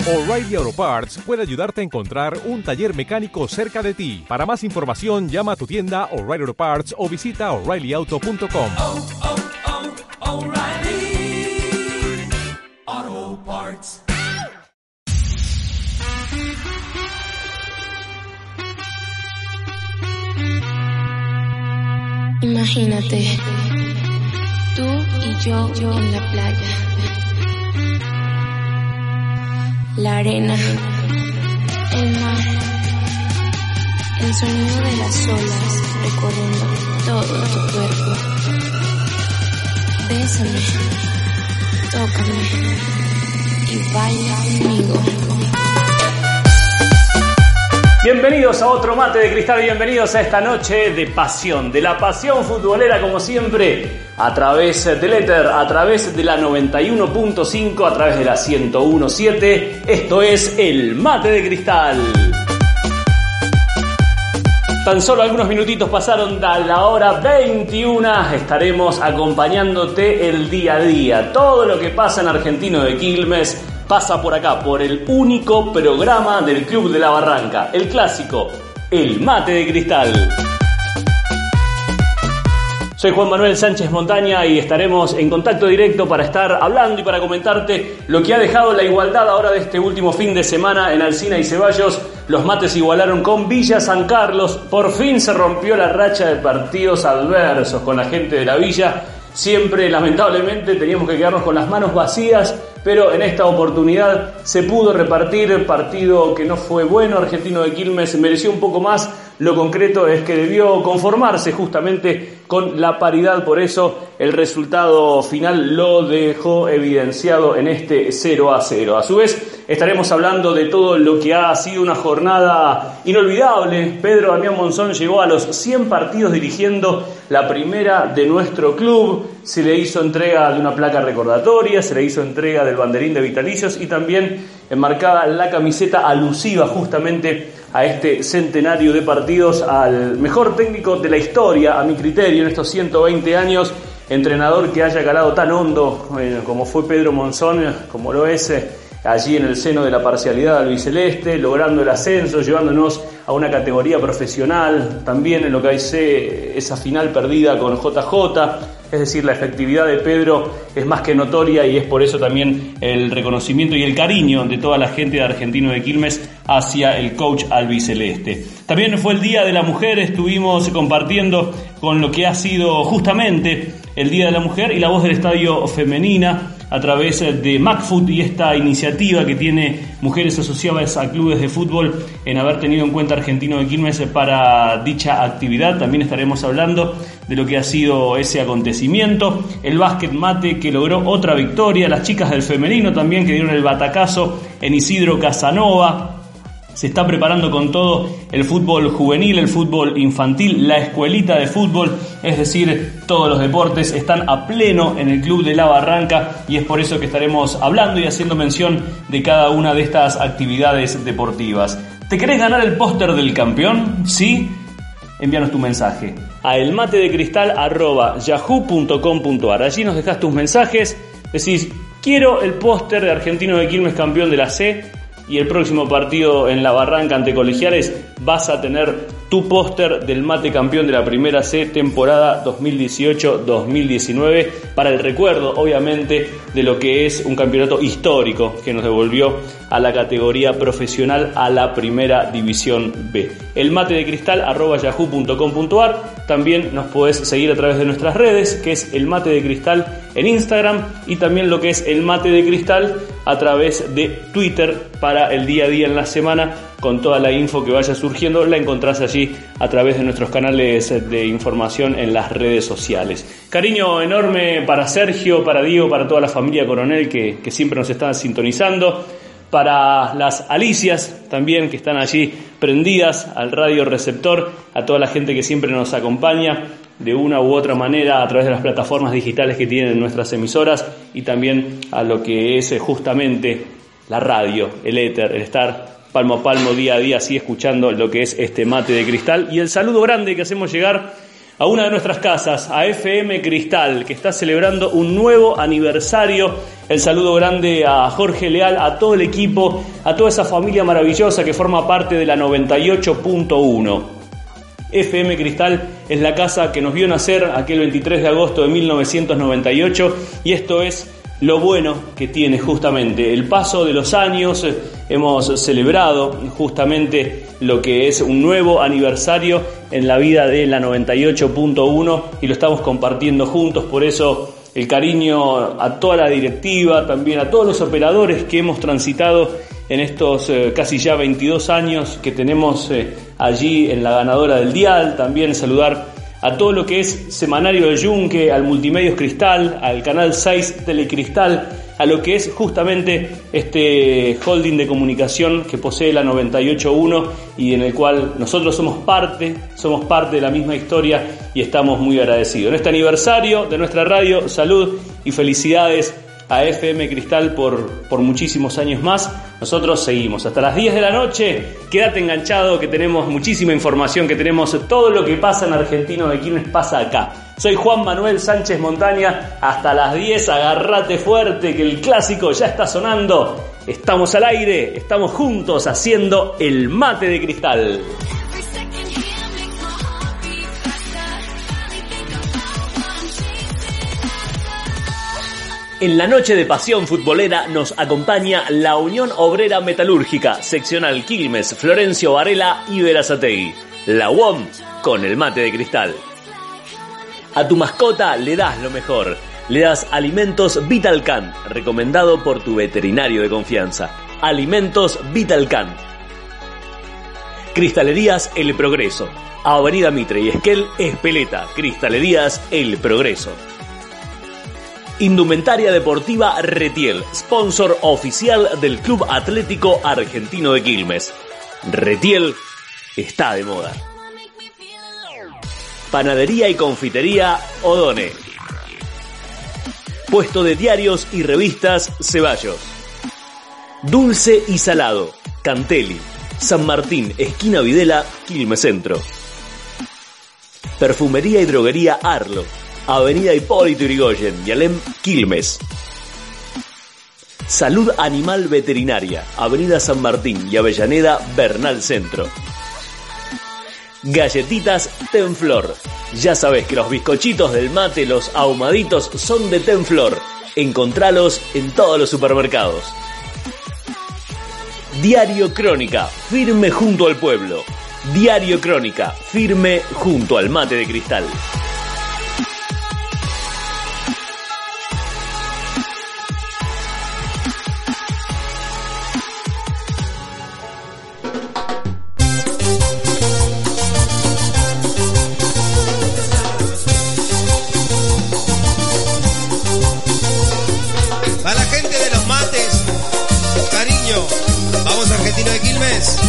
O'Reilly Auto Parts puede ayudarte a encontrar un taller mecánico cerca de ti. Para más información, llama a tu tienda O'Reilly Auto Parts o visita O'ReillyAuto.com. O'Reilly Auto Parts. Imagínate, tú y yo en la playa. La arena, el mar, el sonido de las olas recorriendo todo tu cuerpo. Bésame, tócame y baila conmigo. Bienvenidos a otro Mate de Cristal, bienvenidos a esta noche de pasión, de la pasión futbolera como siempre, a través del éter, a través de la 91.5, a través de la 101.7, esto es el Mate de Cristal. Tan solo algunos minutitos pasaron a la hora 21, estaremos acompañándote el día a día, todo lo que pasa en Argentino de Quilmes pasa por acá, por el único programa del Club de la Barranca, el clásico, el Mate de Cristal. Soy Juan Manuel Sánchez Montaña y estaremos en contacto directo para estar hablando y para comentarte lo que ha dejado la igualdad ahora de este último fin de semana en Alsina y Ceballos. Los mates igualaron con Villa San Carlos, por fin se rompió la racha de partidos adversos con la gente de la Villa. Siempre, lamentablemente, teníamos que quedarnos con las manos vacías, pero en esta oportunidad se pudo repartir, partido que no fue bueno. Argentino de Quilmes mereció un poco más. Lo concreto es que debió conformarse justamente con la paridad, por eso el resultado final lo dejó evidenciado en este 0-0. A su vez, estaremos hablando de todo lo que ha sido una jornada inolvidable. Pedro Damián Monzón llegó a los 100 partidos dirigiendo la primera de nuestro club. Se le hizo entrega de una placa recordatoria, se le hizo entrega del banderín de vitalicios y también enmarcada la camiseta alusiva justamente a este centenario de partidos, al mejor técnico de la historia, a mi criterio, en estos 120 años, entrenador que haya calado tan hondo como fue Pedro Monzón, como lo es allí en el seno de la parcialidad albiceleste, logrando el ascenso, llevándonos a una categoría profesional, también en lo que hay esa final perdida con JJ. Es decir, la efectividad de Pedro es más que notoria y es por eso también el reconocimiento y el cariño de toda la gente de Argentino de Quilmes hacia el coach albiceleste. También fue el Día de la Mujer, estuvimos compartiendo con lo que ha sido justamente el Día de la Mujer y la voz del estadio femenina a través de MacFoot y esta iniciativa que tiene Mujeres Asociadas a Clubes de Fútbol en haber tenido en cuenta Argentino de Quilmes para dicha actividad. También estaremos hablando de lo que ha sido ese acontecimiento, el básquet mate que logró otra victoria, las chicas del femenino también que dieron el batacazo en Isidro Casanova. Se está preparando con todo el fútbol juvenil, el fútbol infantil, la escuelita de fútbol, es decir, todos los deportes están a pleno en el Club de la Barranca y es por eso que estaremos hablando y haciendo mención de cada una de estas actividades deportivas. ¿Te querés ganar el póster del campeón? ¿Sí? Envíanos tu mensaje a elmatedecristal@yahoo.com.ar. Allí nos dejás tus mensajes, decís, quiero el póster de Argentino de Quilmes campeón de la C. Y el próximo partido en la Barranca ante Colegiales vas a tener tu póster del mate campeón de la primera C temporada 2018-2019 para el recuerdo, obviamente, de lo que es un campeonato histórico que nos devolvió a la categoría profesional, a la primera división B. elmatedecristal@yahoo.com.ar. También nos podés seguir a través de nuestras redes, que es el Mate de Cristal en Instagram y también lo que es el Mate de Cristal a través de Twitter para el día a día en la semana. Con toda la info que vaya surgiendo la encontrás allí a través de nuestros canales de información en las redes sociales. Cariño enorme para Sergio, para Diego, para toda la familia Coronel que siempre nos está sintonizando, para las Alicias también que están allí prendidas al radio receptor, a toda la gente que siempre nos acompaña de una u otra manera a través de las plataformas digitales que tienen nuestras emisoras y también a lo que es justamente la radio, el éter, el estar palmo a palmo, día a día, así escuchando lo que es este Mate de Cristal. Y el saludo grande que hacemos llegar a una de nuestras casas, a FM Cristal, que está celebrando un nuevo aniversario El saludo grande a Jorge Leal, a todo el equipo, a toda esa familia maravillosa que forma parte de la 98.1. FM Cristal es la casa que nos vio nacer aquel 23 de agosto de 1998 y esto es lo bueno que tiene justamente el paso de los años. Hemos celebrado justamente lo que es un nuevo aniversario en la vida de la 98.1 y lo estamos compartiendo juntos. Por eso el cariño a toda la directiva, también a todos los operadores que hemos transitado en estos casi ya 22 años que tenemos allí en la ganadora del dial. También saludar a todo lo que es Semanario del Yunque, al Multimedios Cristal, al Canal 6 Telecristal, a lo que es justamente este holding de comunicación que posee la 98.1 y en el cual nosotros somos parte de la misma historia y estamos muy agradecidos. En este aniversario de nuestra radio, salud y felicidades a FM Cristal por muchísimos años más. Nosotros seguimos hasta las 10 de la noche. Quédate enganchado que tenemos muchísima información, que tenemos todo lo que pasa en Argentino de Quilmes pasa acá. Soy Juan Manuel Sánchez Montaña, hasta las 10, agárrate fuerte que el clásico ya está sonando. Estamos al aire, estamos juntos haciendo el mate de cristal. En la noche de pasión futbolera nos acompaña la Unión Obrera Metalúrgica, seccional Quilmes, Florencio Varela y Berazategui. La UOM con el mate de cristal. A tu mascota le das lo mejor. Le das Alimentos Vitalcan, recomendado por tu veterinario de confianza. Alimentos Vitalcan. Cristalerías El Progreso. Avenida Mitre y Esquel, Espeleta. Cristalerías El Progreso. Indumentaria Deportiva Retiel, sponsor oficial del Club Atlético Argentino de Quilmes. Retiel está de moda. Panadería y confitería Odone. Puesto de diarios y revistas Ceballos. Dulce y salado Cantelli, San Martín, esquina Videla, Quilmes Centro. Perfumería y droguería Arlo, Avenida Hipólito Yrigoyen, Yalem, Quilmes. Salud Animal Veterinaria, Avenida San Martín y Avellaneda, Bernal Centro. Galletitas Tenflor. Ya sabes que los bizcochitos del mate, los ahumaditos, son de Tenflor. Encontralos en todos los supermercados. Diario Crónica, firme junto al pueblo. Diario Crónica, firme junto al mate de cristal. Argentino de Quilmes.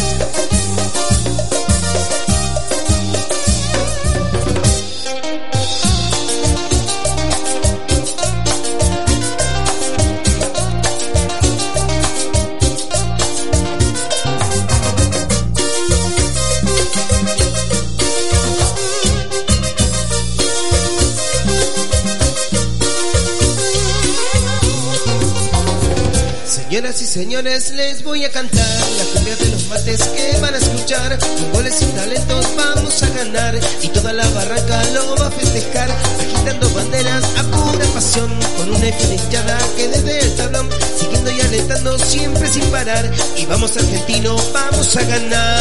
Señoras y señores, les voy a cantar la cumbia de los mates que van a escuchar. Con goles y talentos vamos a ganar y toda la barranca lo va a festejar, agitando banderas a pura pasión, con una hinchada que desde el tablón, siguiendo y alentando siempre sin parar. Y vamos Argentino, vamos a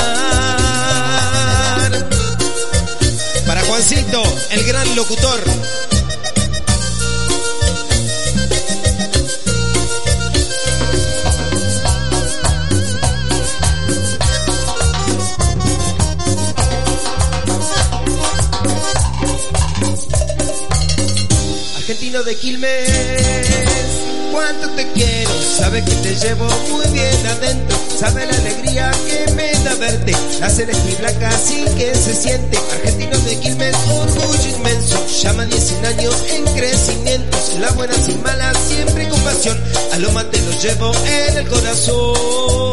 ganar. Para Juancito, el gran locutor. Argentino de Quilmes, cuánto te quiero, sabes que te llevo muy bien adentro, sabe la alegría que me da verte, la celeste y blanca así que se siente. Argentino de Quilmes, orgullo inmenso, llama 10 años en crecimiento, las buenas y malas siempre con pasión, a lo más te lo llevo en el corazón.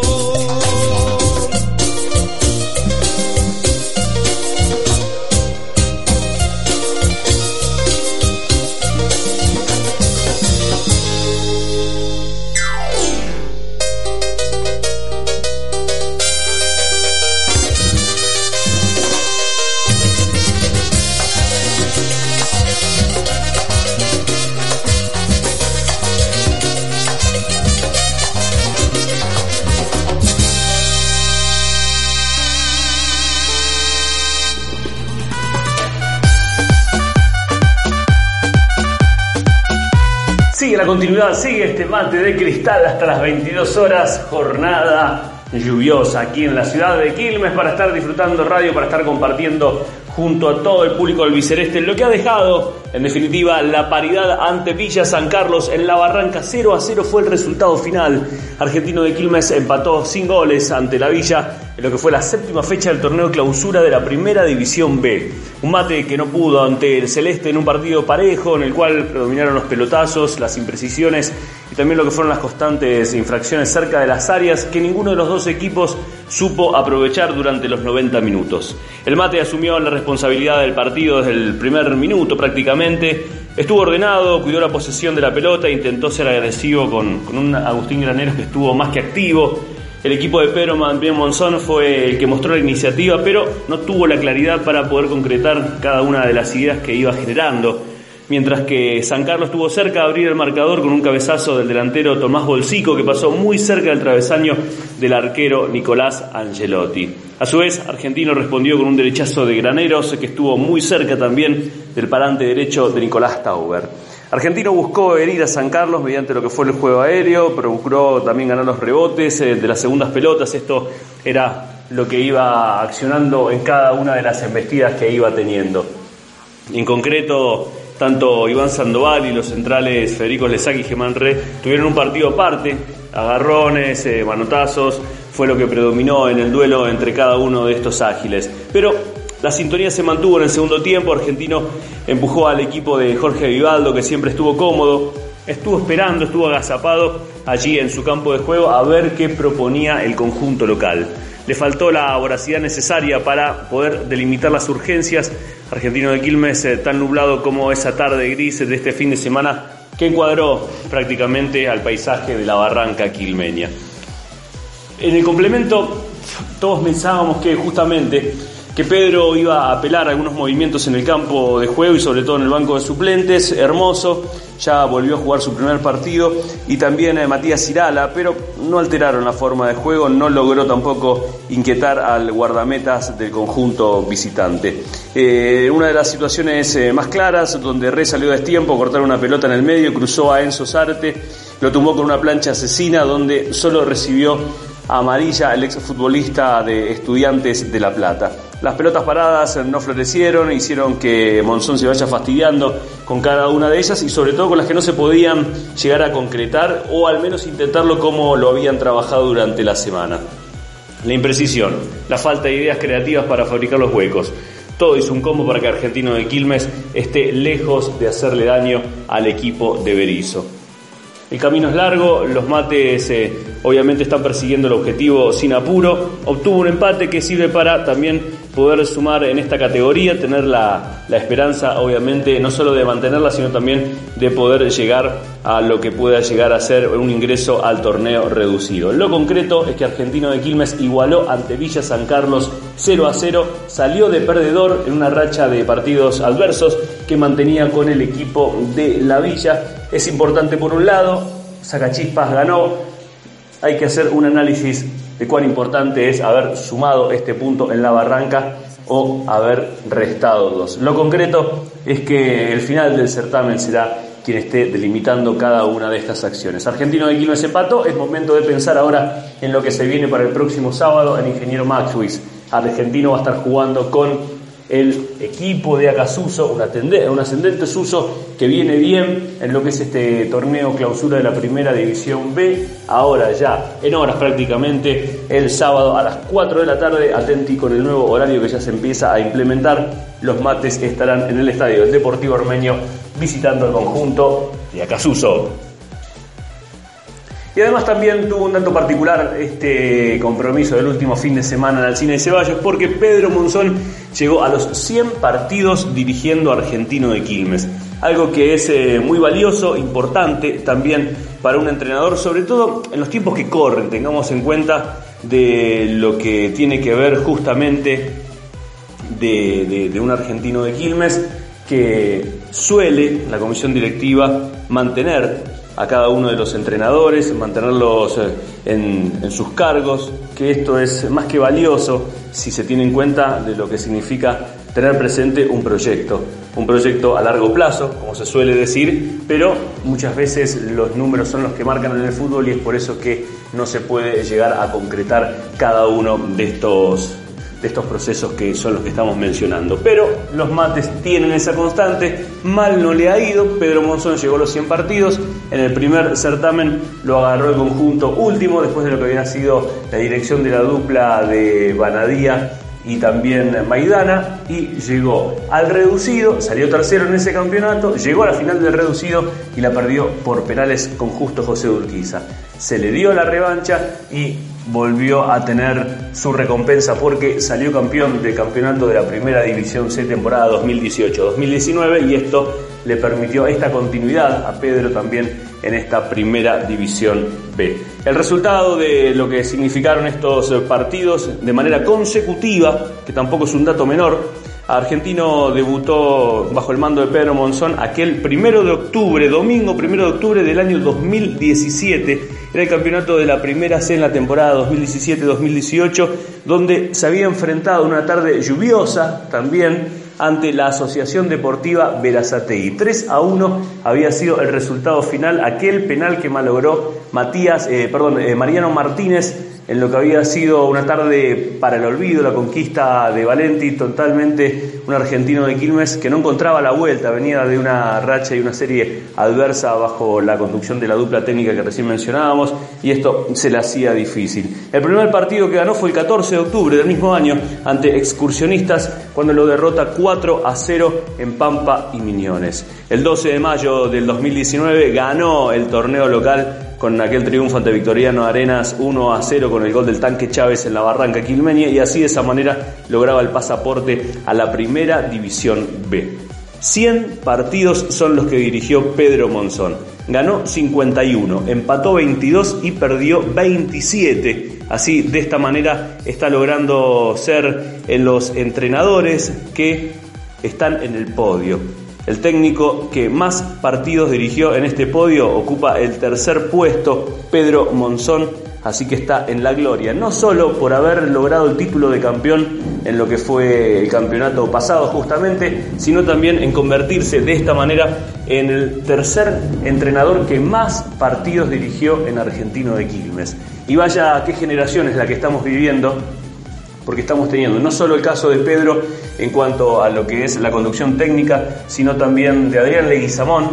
la continuidad sigue este mate de cristal hasta las 22 horas, jornada lluviosa aquí en la ciudad de Quilmes, para estar disfrutando radio, para estar compartiendo junto a todo el público albiceleste lo que ha dejado en definitiva la paridad ante Villa San Carlos en la Barranca. 0-0 fue el resultado final. Argentino de Quilmes empató sin goles ante la Villa en lo que fue la séptima fecha del torneo clausura de la Primera División B. Un mate que no pudo ante el celeste en un partido parejo en el cual predominaron los pelotazos, las imprecisiones y también lo que fueron las constantes infracciones cerca de las áreas que ninguno de los dos equipos supo aprovechar durante los 90 minutos. El mate asumió la responsabilidad del partido desde el primer minuto prácticamente. Estuvo ordenado, cuidó la posesión de la pelota e intentó ser agresivo con un Agustín Graneros que estuvo más que activo. El equipo de Pedro Monzón fue el que mostró la iniciativa, pero no tuvo la claridad para poder concretar cada una de las ideas que iba generando. Mientras que San Carlos estuvo cerca de abrir el marcador con un cabezazo del delantero Tomás Bolsico que pasó muy cerca del travesaño del arquero Nicolás Angelotti. A su vez, Argentino respondió con un derechazo de Graneros que estuvo muy cerca también del parante derecho de Nicolás Tauber. Argentino buscó herir a San Carlos mediante lo que fue el juego aéreo, procuró también ganar los rebotes de las segundas pelotas. Esto era lo que iba accionando en cada una de las embestidas que iba teniendo. En concreto, tanto Iván Sandoval y los centrales Federico Lesac y Germán Re tuvieron un partido aparte, agarrones, manotazos, fue lo que predominó en el duelo entre cada uno de estos ágiles. Pero la sintonía se mantuvo en el segundo tiempo. Argentino empujó al equipo de Jorge Vivaldo, que siempre estuvo cómodo, estuvo esperando, estuvo agazapado allí en su campo de juego a ver qué proponía el conjunto local. Le faltó la voracidad necesaria para poder delimitar las urgencias. Argentino de Quilmes, tan nublado como esa tarde gris de este fin de semana que encuadró prácticamente al paisaje de la Barranca quilmeña. En el complemento, todos pensábamos que justamente que Pedro iba a apelar a algunos movimientos en el campo de juego y sobre todo en el banco de suplentes. Hermoso ya volvió a jugar su primer partido y también Matías Irala, pero no alteraron la forma de juego, no logró tampoco inquietar al guardametas del conjunto visitante. Una de las situaciones más claras, donde Re salió a destiempo, cortaron una pelota en el medio, cruzó a Enzo Sarte, lo tumbó con una plancha asesina donde solo recibió amarilla el exfutbolista de Estudiantes de La Plata. Las pelotas paradas no florecieron, hicieron que Monzón se vaya fastidiando con cada una de ellas y sobre todo con las que no se podían llegar a concretar o al menos intentarlo como lo habían trabajado durante la semana. La imprecisión, la falta de ideas creativas para fabricar los huecos. Todo hizo un combo para que Argentino de Quilmes esté lejos de hacerle daño al equipo de Berizzo. El camino es largo, los mates obviamente están persiguiendo el objetivo sin apuro. Obtuvo un empate que sirve para también poder sumar en esta categoría, tener la esperanza obviamente no solo de mantenerla, sino también de poder llegar a lo que pueda llegar a ser un ingreso al torneo reducido. Lo concreto es que Argentino de Quilmes igualó ante Villa San Carlos 0-0, salió de perdedor en una racha de partidos adversos que mantenía con el equipo de la Villa. Es importante por un lado, Sacachispas ganó, hay que hacer un análisis de cuán importante es haber sumado este punto en la Barranca o haber restado dos. Lo concreto es que el final del certamen será quien esté delimitando cada una de estas acciones. Argentino de Quilmes empató, es momento de pensar ahora en lo que se viene para el próximo sábado en Ingeniero Maxwis. Argentino va a estar jugando con el equipo de Acasuso, un ascendente Suso que viene bien en lo que es este torneo clausura de la Primera División B. Ahora ya en horas prácticamente el sábado a las 4 de la tarde, atenti con el nuevo horario que ya se empieza a implementar. Los mates estarán en el estadio del Deportivo Ormeño visitando el conjunto de Acasuso. Y además también tuvo un dato particular este compromiso del último fin de semana en Alsina y Ceballos, porque Pedro Monzón llegó a los 100 partidos dirigiendo a Argentino de Quilmes. Algo que es muy valioso, importante también para un entrenador, sobre todo en los tiempos que corren. Tengamos en cuenta de lo que tiene que ver justamente de un Argentino de Quilmes que suele la comisión directiva mantener a cada uno de los entrenadores, mantenerlos en sus cargos, que esto es más que valioso si se tiene en cuenta de lo que significa tener presente un proyecto. un proyecto a largo plazo, como se suele decir, pero muchas veces los números son los que marcan en el fútbol y es por eso que no se puede llegar a concretar cada uno de estos procesos que son los que estamos mencionando. Pero los mates tienen esa constante, mal no le ha ido. Pedro Monzón llegó a los 100 partidos, en el primer certamen lo agarró el conjunto último, después de lo que había sido la dirección de la dupla de Banadía y también Maidana, y llegó al reducido, salió tercero en ese campeonato, llegó a la final del reducido y la perdió por penales con Justo José Urquiza. Se le dio la revancha y volvió a tener su recompensa porque salió campeón del campeonato de la Primera División C temporada 2018-2019 y esto le permitió esta continuidad a Pedro también en esta Primera División B. El resultado de lo que significaron estos partidos de manera consecutiva, que tampoco es un dato menor, Argentino debutó bajo el mando de Pedro Monzón aquel 1 de octubre, domingo 1 de octubre del año 2017. Era el campeonato de la Primera C en la temporada 2017-2018, donde se había enfrentado una tarde lluviosa también ante la Asociación Deportiva Berazategui. 3-1 había sido el resultado final, aquel penal que malogró Mariano Martínez en lo que había sido una tarde para el olvido, la conquista de Valenti, totalmente un argentino de Quilmes que no encontraba la vuelta, venía de una racha y una serie adversa bajo la conducción de la dupla técnica que recién mencionábamos, y esto se le hacía difícil. El primer partido que ganó fue el 14 de octubre del mismo año ante Excursionistas, cuando lo derrota 4-0 en Pampa y Miñones. El 12 de mayo del 2019 ganó el torneo local con aquel triunfo ante Victoriano Arenas 1-0 con el gol del Tanque Chávez en la Barranca quilmeña, y así de esa manera lograba el pasaporte a la Primera División B. 100 partidos son los que dirigió Pedro Monzón. Ganó 51, empató 22 y perdió 27. Así, de esta manera, está logrando ser en los entrenadores que están en el podio. El técnico que más partidos dirigió en este podio ocupa el tercer puesto, Pedro Monzón, así que está en la gloria, no solo por haber logrado el título de campeón en lo que fue el campeonato pasado justamente, sino también en convertirse de esta manera en el tercer entrenador que más partidos dirigió en Argentino de Quilmes. Y vaya qué generación es la que estamos viviendo, porque estamos teniendo no solo el caso de Pedro en cuanto a lo que es la conducción técnica, sino también de Adrián Leguizamón,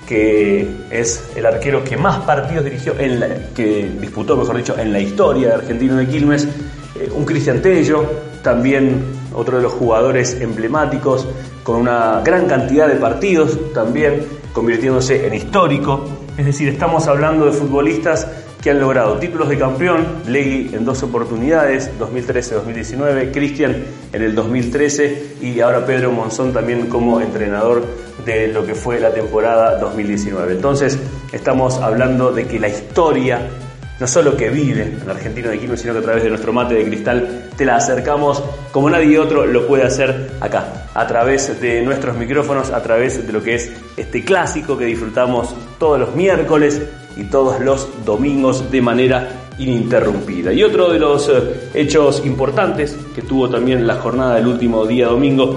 que es el arquero que más partidos dirigió, que disputó, mejor dicho, en la historia de Argentino de Quilmes, un Cristian Tello, también otro de los jugadores emblemáticos, con una gran cantidad de partidos, también convirtiéndose en histórico. Es decir, estamos hablando de futbolistas que han logrado títulos de campeón, Legui en 2 oportunidades, 2013-2019, Cristian en el 2013 y ahora Pedro Monzón también como entrenador de lo que fue la temporada 2019. Entonces estamos hablando de que la historia no solo que vive en Argentino de Quilmes, sino que a través de nuestro mate de cristal te la acercamos como nadie otro lo puede hacer acá, a través de nuestros micrófonos, a través de lo que es este clásico que disfrutamos todos los miércoles y todos los domingos de manera ininterrumpida. Y otro de los hechos importantes que tuvo también la jornada del último día domingo,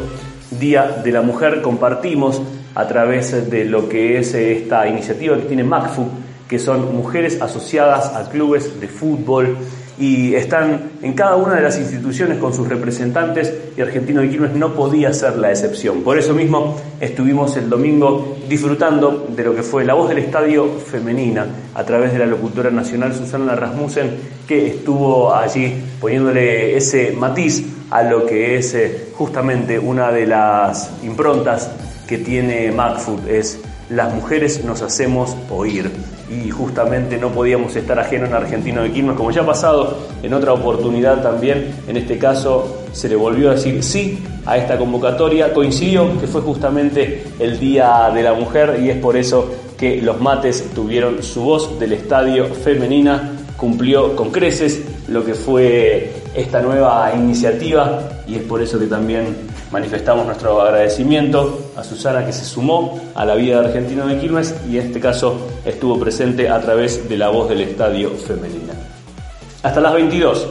Día de la Mujer, compartimos a través de lo que es esta iniciativa que tiene MACFU, que son mujeres asociadas a clubes de fútbol y están en cada una de las instituciones con sus representantes, y Argentino de Quilmes no podía ser la excepción. Por eso mismo estuvimos el domingo disfrutando de lo que fue La Voz del Estadio femenina a través de la locutora nacional Susana Rasmussen, que estuvo allí poniéndole ese matiz a lo que es justamente una de las improntas que tiene MACFUT, es las mujeres nos hacemos oír, y justamente no podíamos estar ajenos en Argentino de Quilmes, como ya ha pasado en otra oportunidad también. En este caso se le volvió a decir sí a esta convocatoria, coincidió que fue justamente el Día de la Mujer y es por eso que los mates tuvieron su voz del estadio femenina, cumplió con creces lo que fue esta nueva iniciativa y es por eso que también manifestamos nuestro agradecimiento a Susana, que se sumó a la vida de Argentino de Quilmes y en este caso estuvo presente a través de La Voz del Estadio femenina. Hasta las 22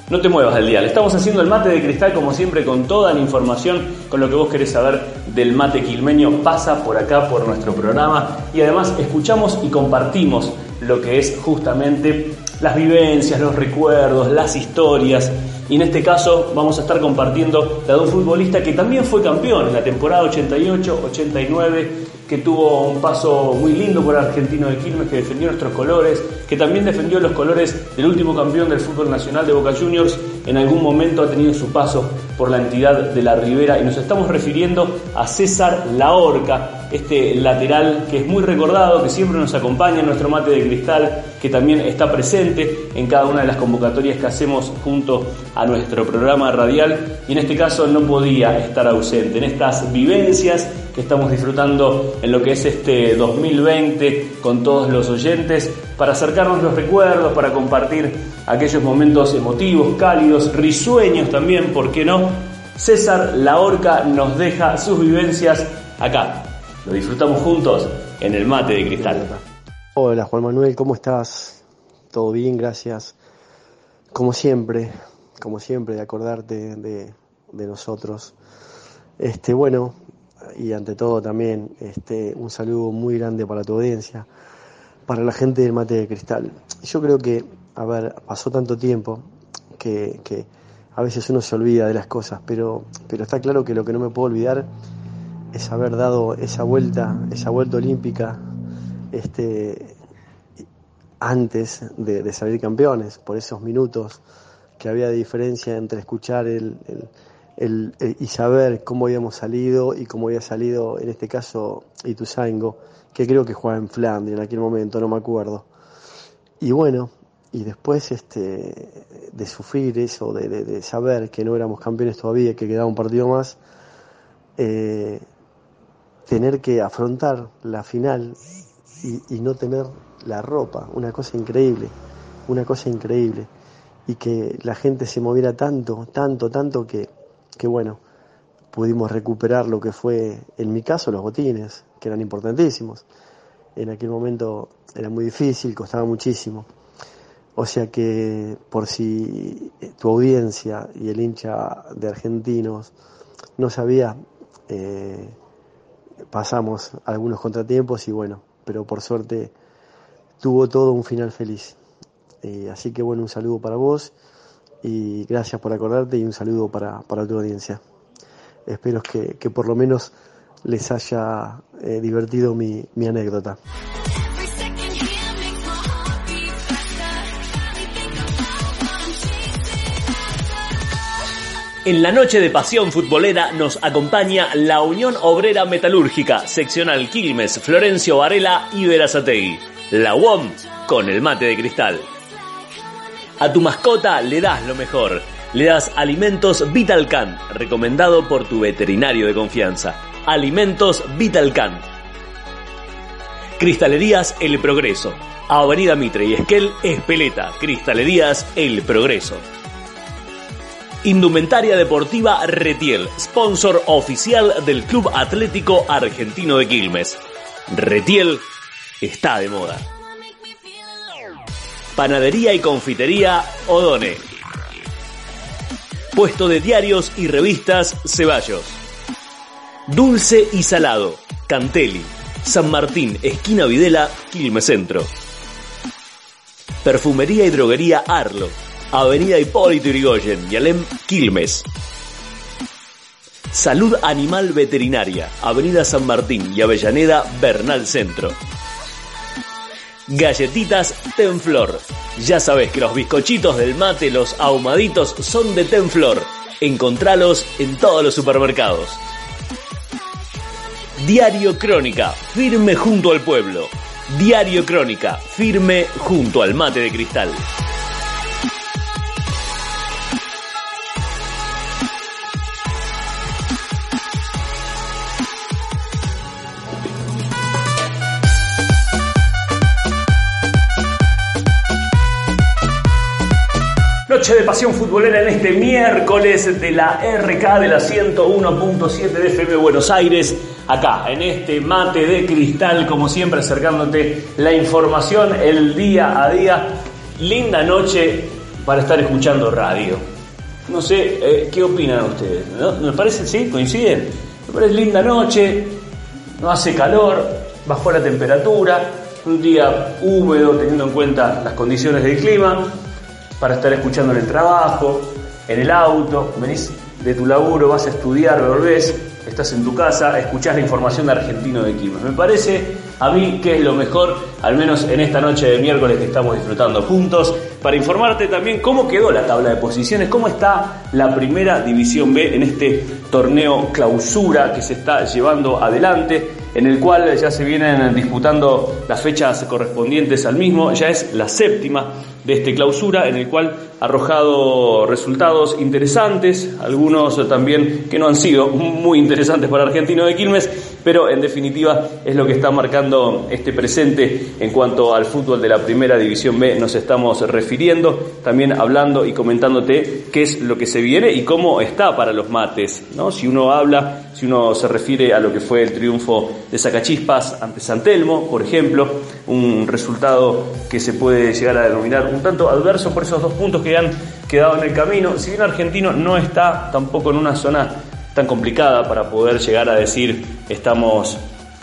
No te muevas del dial. Estamos haciendo el mate de cristal como siempre con toda la información, con lo que vos querés saber del mate quilmeño. Pasa por acá por nuestro programa y además escuchamos y compartimos lo que es justamente las vivencias, los recuerdos, las historias. Y en este caso vamos a estar compartiendo la de un futbolista que también fue campeón en la temporada 88-89, que tuvo un paso muy lindo por Argentino de Quilmes, que defendió nuestros colores, que también defendió los colores del último campeón del fútbol nacional de Boca Juniors. En algún momento ha tenido su paso por la entidad de La Ribera y nos estamos refiriendo a César Laorca, este lateral que es muy recordado, que siempre nos acompaña en nuestro mate de cristal, que también está presente en cada una de las convocatorias que hacemos junto a nuestro programa radial, y en este caso no podía estar ausente en estas vivencias que estamos disfrutando en lo que es este 2020 con todos los oyentes, para acercarnos los recuerdos, para compartir aquellos momentos emotivos, cálidos, risueños también, ¿por qué no? César Laorca nos deja sus vivencias acá. Lo disfrutamos juntos en el mate de cristal. Hola Juan Manuel, ¿cómo estás? ¿Todo bien? Gracias. Como siempre, de acordarte de nosotros. Bueno, y ante todo también un saludo muy grande para tu audiencia, para la gente del mate de cristal. Yo creo que, pasó tanto tiempo que a veces uno se olvida de las cosas, pero está claro que lo que no me puedo olvidar es haber dado esa vuelta olímpica antes de salir campeones, por esos minutos que había de diferencia entre escuchar y saber cómo habíamos salido y cómo había salido, en este caso, Ituzaingó, que creo que jugaba en Flandria en aquel momento, no me acuerdo. Y bueno, y después de sufrir eso, de saber que no éramos campeones todavía, que quedaba un partido más, tener que afrontar la final y no tener la ropa, una cosa increíble, y que la gente se moviera tanto que bueno, pudimos recuperar lo que fue, en mi caso, los botines, que eran importantísimos. En aquel momento era muy difícil, costaba muchísimo. O sea que, por si tu audiencia y el hincha de Argentinos no sabía, pasamos algunos contratiempos y bueno, pero por suerte tuvo todo un final feliz. Así que bueno, un saludo para vos y gracias por acordarte, y un saludo para tu audiencia. Espero que por lo menos les haya divertido mi anécdota. En la noche de pasión futbolera nos acompaña la Unión Obrera Metalúrgica, seccional Quilmes, Florencio Varela y Berazategui. La UOM con el mate de cristal. A tu mascota le das lo mejor. Le das Alimentos Vitalcan, recomendado por tu veterinario de confianza. Alimentos Vitalcan. Cristalerías El Progreso. A Avenida Mitre y Esquel, Espeleta. Cristalerías El Progreso. Indumentaria Deportiva Retiel, sponsor oficial del Club Atlético Argentino de Quilmes. Retiel está de moda. Panadería y confitería Odone. Puesto de diarios y revistas Ceballos. Dulce y salado Cantelli, San Martín, esquina Videla, Quilmes Centro. Perfumería y droguería Arlo, Avenida Hipólito Yrigoyen, Yalem, Quilmes. Salud Animal Veterinaria, Avenida San Martín y Avellaneda, Bernal Centro. Galletitas Tenflor. Ya sabes que los bizcochitos del mate, los ahumaditos, son de Tenflor. Encontralos en todos los supermercados. Diario Crónica, firme junto al pueblo. Diario Crónica, firme junto al mate de cristal. Noche de pasión futbolera en este miércoles de la RK de la 101.7 de FM Buenos Aires, acá en este mate de cristal, como siempre acercándote la información el día a día. Linda noche para estar escuchando radio. No sé, ¿qué opinan ustedes? ¿No? ¿Me parece, sí? ¿Coinciden? Me parece linda noche, no hace calor, bajó la temperatura, un día húmedo teniendo en cuenta las condiciones del clima, para estar escuchando en el trabajo, en el auto, venís de tu laburo, vas a estudiar, volvés, estás en tu casa, escuchás la información de Argentino de Quilmes. Me parece a mí que es lo mejor, al menos en esta noche de miércoles que estamos disfrutando juntos, para informarte también cómo quedó la tabla de posiciones, cómo está la primera división B en este torneo clausura que se está llevando adelante, en el cual ya se vienen disputando las fechas correspondientes al mismo. Ya es la séptima de este clausura, en el cual ha arrojado resultados interesantes, algunos también que no han sido muy interesantes para Argentino de Quilmes, pero en definitiva es lo que está marcando este presente en cuanto al fútbol de la primera división B. Nos estamos refiriendo, también hablando y comentándote qué es lo que se viene y cómo está para los mates, ¿no? Si uno se refiere a lo que fue el triunfo de Sacachispas ante San Telmo, por ejemplo, un resultado que se puede llegar a denominar un tanto adverso por esos 2 puntos que han quedado en el camino. Si bien Argentino no está tampoco en una zona tan complicada para poder llegar a decir estamos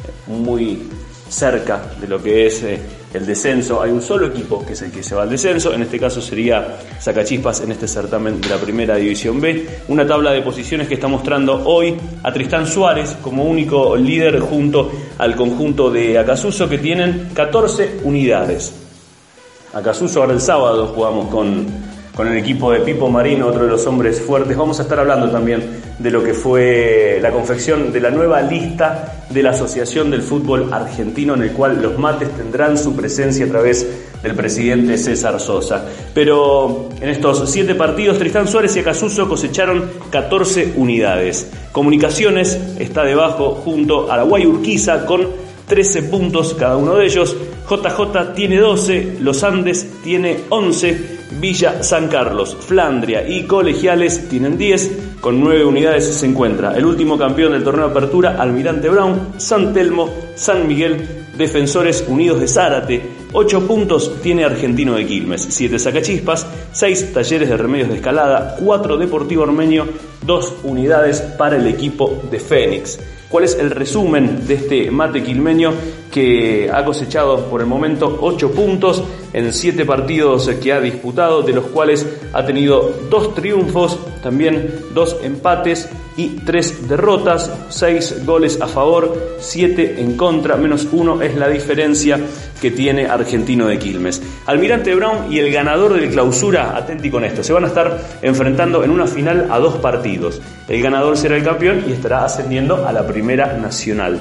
muy cerca de lo que es el descenso, hay un solo equipo que es el que se va al descenso, en este caso sería Sacachispas en este certamen de la primera división B. Una tabla de posiciones que está mostrando hoy a Tristán Suárez como único líder junto al conjunto de Acasuso, que tienen 14 unidades. Acasuso, ahora el sábado jugamos con el equipo de Pipo Marino, otro de los hombres fuertes. Vamos a estar hablando también de lo que fue la confección de la nueva lista de la Asociación del Fútbol Argentino, en el cual los mates tendrán su presencia a través del presidente César Sosa. Pero en estos 7 partidos, Tristán Suárez y Acasuso cosecharon 14 unidades. Comunicaciones está debajo junto a la Guayurquiza con 13 puntos cada uno de ellos. JJ tiene 12, Los Andes tiene 11, Villa San Carlos, Flandria y Colegiales tienen 10, con 9 unidades se encuentra el último campeón del torneo de apertura, Almirante Brown, San Telmo, San Miguel, Defensores Unidos de Zárate. 8 puntos tiene Argentino de Quilmes, 7 Sacachispas, 6 Talleres de Remedios de Escalada, 4 Deportivo Ormeño, 2 unidades para el equipo de Fénix. ¿Cuál es el resumen de este mate quilmeño que ha cosechado por el momento 8 puntos en 7 partidos que ha disputado, de los cuales ha tenido 2 triunfos, también 2 empates y 3 derrotas, 6 goles a favor, 7 en contra, menos 1 es la diferencia que tiene Argentino de Quilmes. Almirante Brown y el ganador del clausura, atenti con esto, se van a estar enfrentando en una final a 2 partidos. El ganador será el campeón y estará ascendiendo a la Primera Nacional.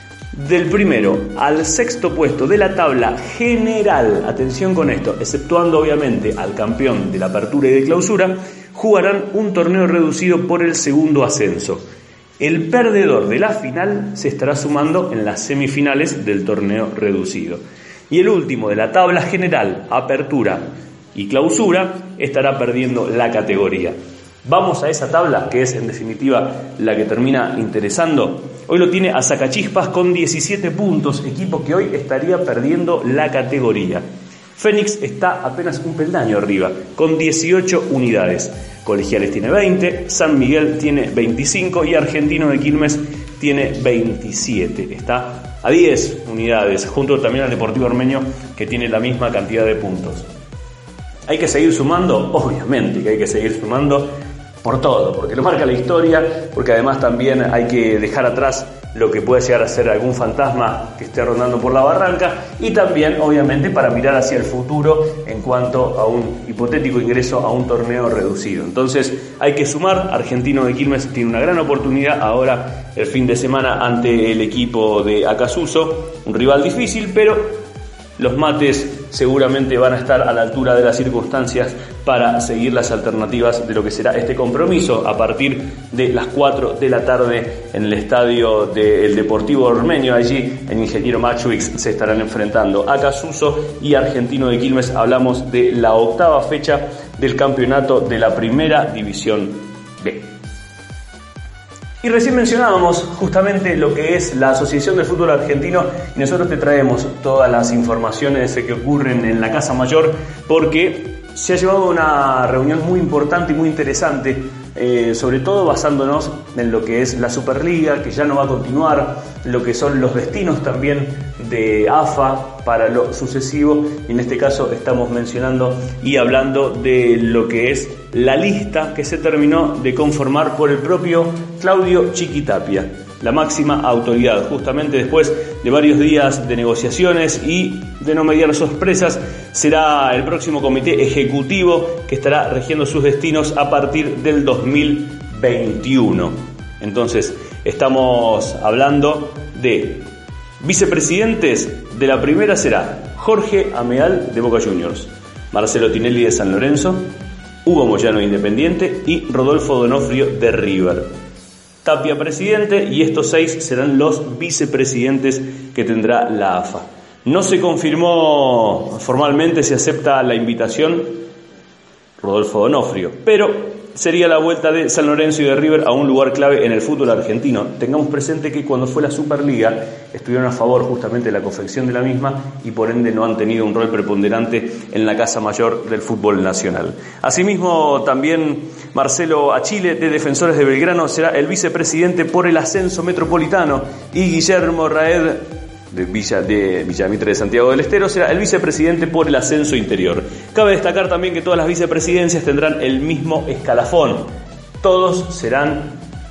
Del primero al 6º puesto de la tabla general, atención con esto, exceptuando obviamente al campeón de la apertura y de clausura, jugarán un torneo reducido por el segundo ascenso. El perdedor de la final se estará sumando en las semifinales del torneo reducido. Y el último de la tabla general, apertura y clausura, estará perdiendo la categoría. Vamos a esa tabla, que es en definitiva la que termina interesando. Hoy lo tiene a Sacachispas con 17 puntos, equipo que hoy estaría perdiendo la categoría. Fénix está apenas un peldaño arriba, con 18 unidades. Colegiales tiene 20, San Miguel tiene 25 y Argentino de Quilmes tiene 27. Está a 10 unidades, junto también al Deportivo Ormeño, que tiene la misma cantidad de puntos. ¿Hay que seguir sumando? Obviamente que hay que seguir sumando por todo, porque lo marca la historia, porque además también hay que dejar atrás lo que puede llegar a ser algún fantasma que esté rondando por la barranca, y también obviamente para mirar hacia el futuro en cuanto a un hipotético ingreso a un torneo reducido. Entonces hay que sumar. Argentino de Quilmes tiene una gran oportunidad ahora el fin de semana ante el equipo de Acasuso, un rival difícil, pero los mates seguramente van a estar a la altura de las circunstancias para seguir las alternativas de lo que será este compromiso a partir de las 4 de la tarde en el estadio del Deportivo Ormeño. Allí en Ingeniero Machuix se estarán enfrentando Acasuso y Argentino de Quilmes. Hablamos de la 8ª fecha del campeonato de la Primera División B. Y recién mencionábamos justamente lo que es la Asociación del Fútbol Argentino, y nosotros te traemos todas las informaciones que ocurren en la Casa Mayor, porque se ha llevado una reunión muy importante y muy interesante, sobre todo basándonos en lo que es la Superliga, que ya no va a continuar, lo que son los destinos también de AFA para lo sucesivo, y en este caso estamos mencionando y hablando de lo que es la lista que se terminó de conformar por el propio Claudio Chiqui Tapia, la máxima autoridad. Justamente después de varios días de negociaciones y de no mediar sorpresas, será el próximo comité ejecutivo que estará rigiendo sus destinos a partir del 2021. Entonces, estamos hablando de vicepresidentes. De la primera será Jorge Ameal de Boca Juniors, Marcelo Tinelli de San Lorenzo, Hugo Moyano de Independiente y Rodolfo D'Onofrio de River. Tapia presidente, y estos 6 serán los vicepresidentes que tendrá la AFA. No se confirmó formalmente si acepta la invitación Rodolfo D'Onofrio, pero sería la vuelta de San Lorenzo y de River a un lugar clave en el fútbol argentino. Tengamos presente que cuando fue la Superliga estuvieron a favor justamente de la confección de la misma y por ende no han tenido un rol preponderante en la casa mayor del fútbol nacional. Asimismo, también Marcelo Achille de Defensores de Belgrano será el vicepresidente por el ascenso metropolitano, y Guillermo Raed de Villamitre de Santiago del Estero será el vicepresidente por el ascenso interior. Cabe destacar también que todas las vicepresidencias tendrán el mismo escalafón. Todos serán